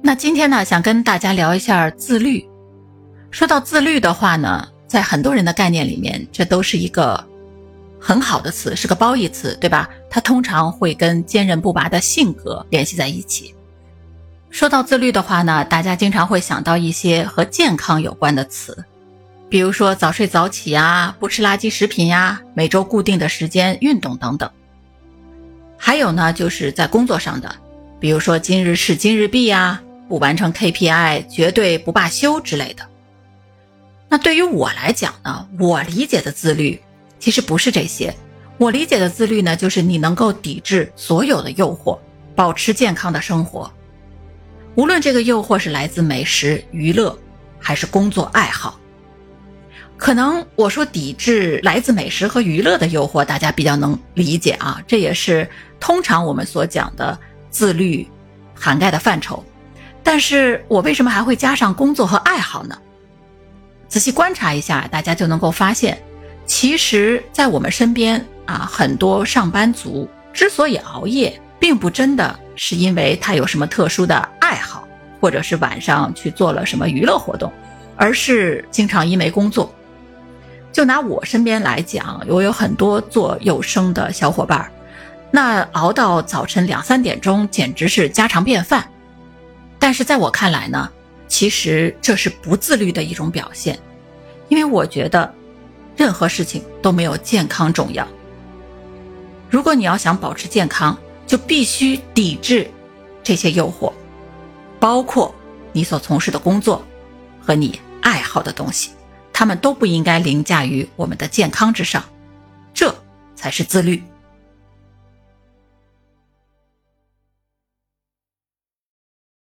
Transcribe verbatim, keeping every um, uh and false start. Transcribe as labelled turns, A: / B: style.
A: 那今天呢，想跟大家聊一下自律。说到自律的话呢，在很多人的概念里面，这都是一个很好的词，是个褒义词，对吧？它通常会跟坚韧不拔的性格联系在一起。说到自律的话呢，大家经常会想到一些和健康有关的词，比如说早睡早起呀，不吃垃圾食品呀，每周固定的时间运动等等。还有呢，就是在工作上的，比如说今日事今日毕呀，不完成 K P I 绝对不罢休之类的。那对于我来讲呢，我理解的自律其实不是这些。我理解的自律呢，就是你能够抵制所有的诱惑，保持健康的生活。无论这个诱惑是来自美食、娱乐，还是工作爱好。可能我说抵制来自美食和娱乐的诱惑，大家比较能理解啊，这也是通常我们所讲的自律涵盖的范畴。但是我为什么还会加上工作和爱好呢？仔细观察一下，大家就能够发现，其实在我们身边啊，很多上班族之所以熬夜，并不真的是因为他有什么特殊的爱好，或者是晚上去做了什么娱乐活动，而是经常因为工作。就拿我身边来讲，我有很多做有声的小伙伴，那熬到早晨两三点钟简直是家常便饭。但是在我看来呢，其实这是不自律的一种表现，因为我觉得任何事情都没有健康重要。如果你要想保持健康，就必须抵制这些诱惑，包括你所从事的工作和你爱好的东西，他们都不应该凌驾于我们的健康之上，这才是自律。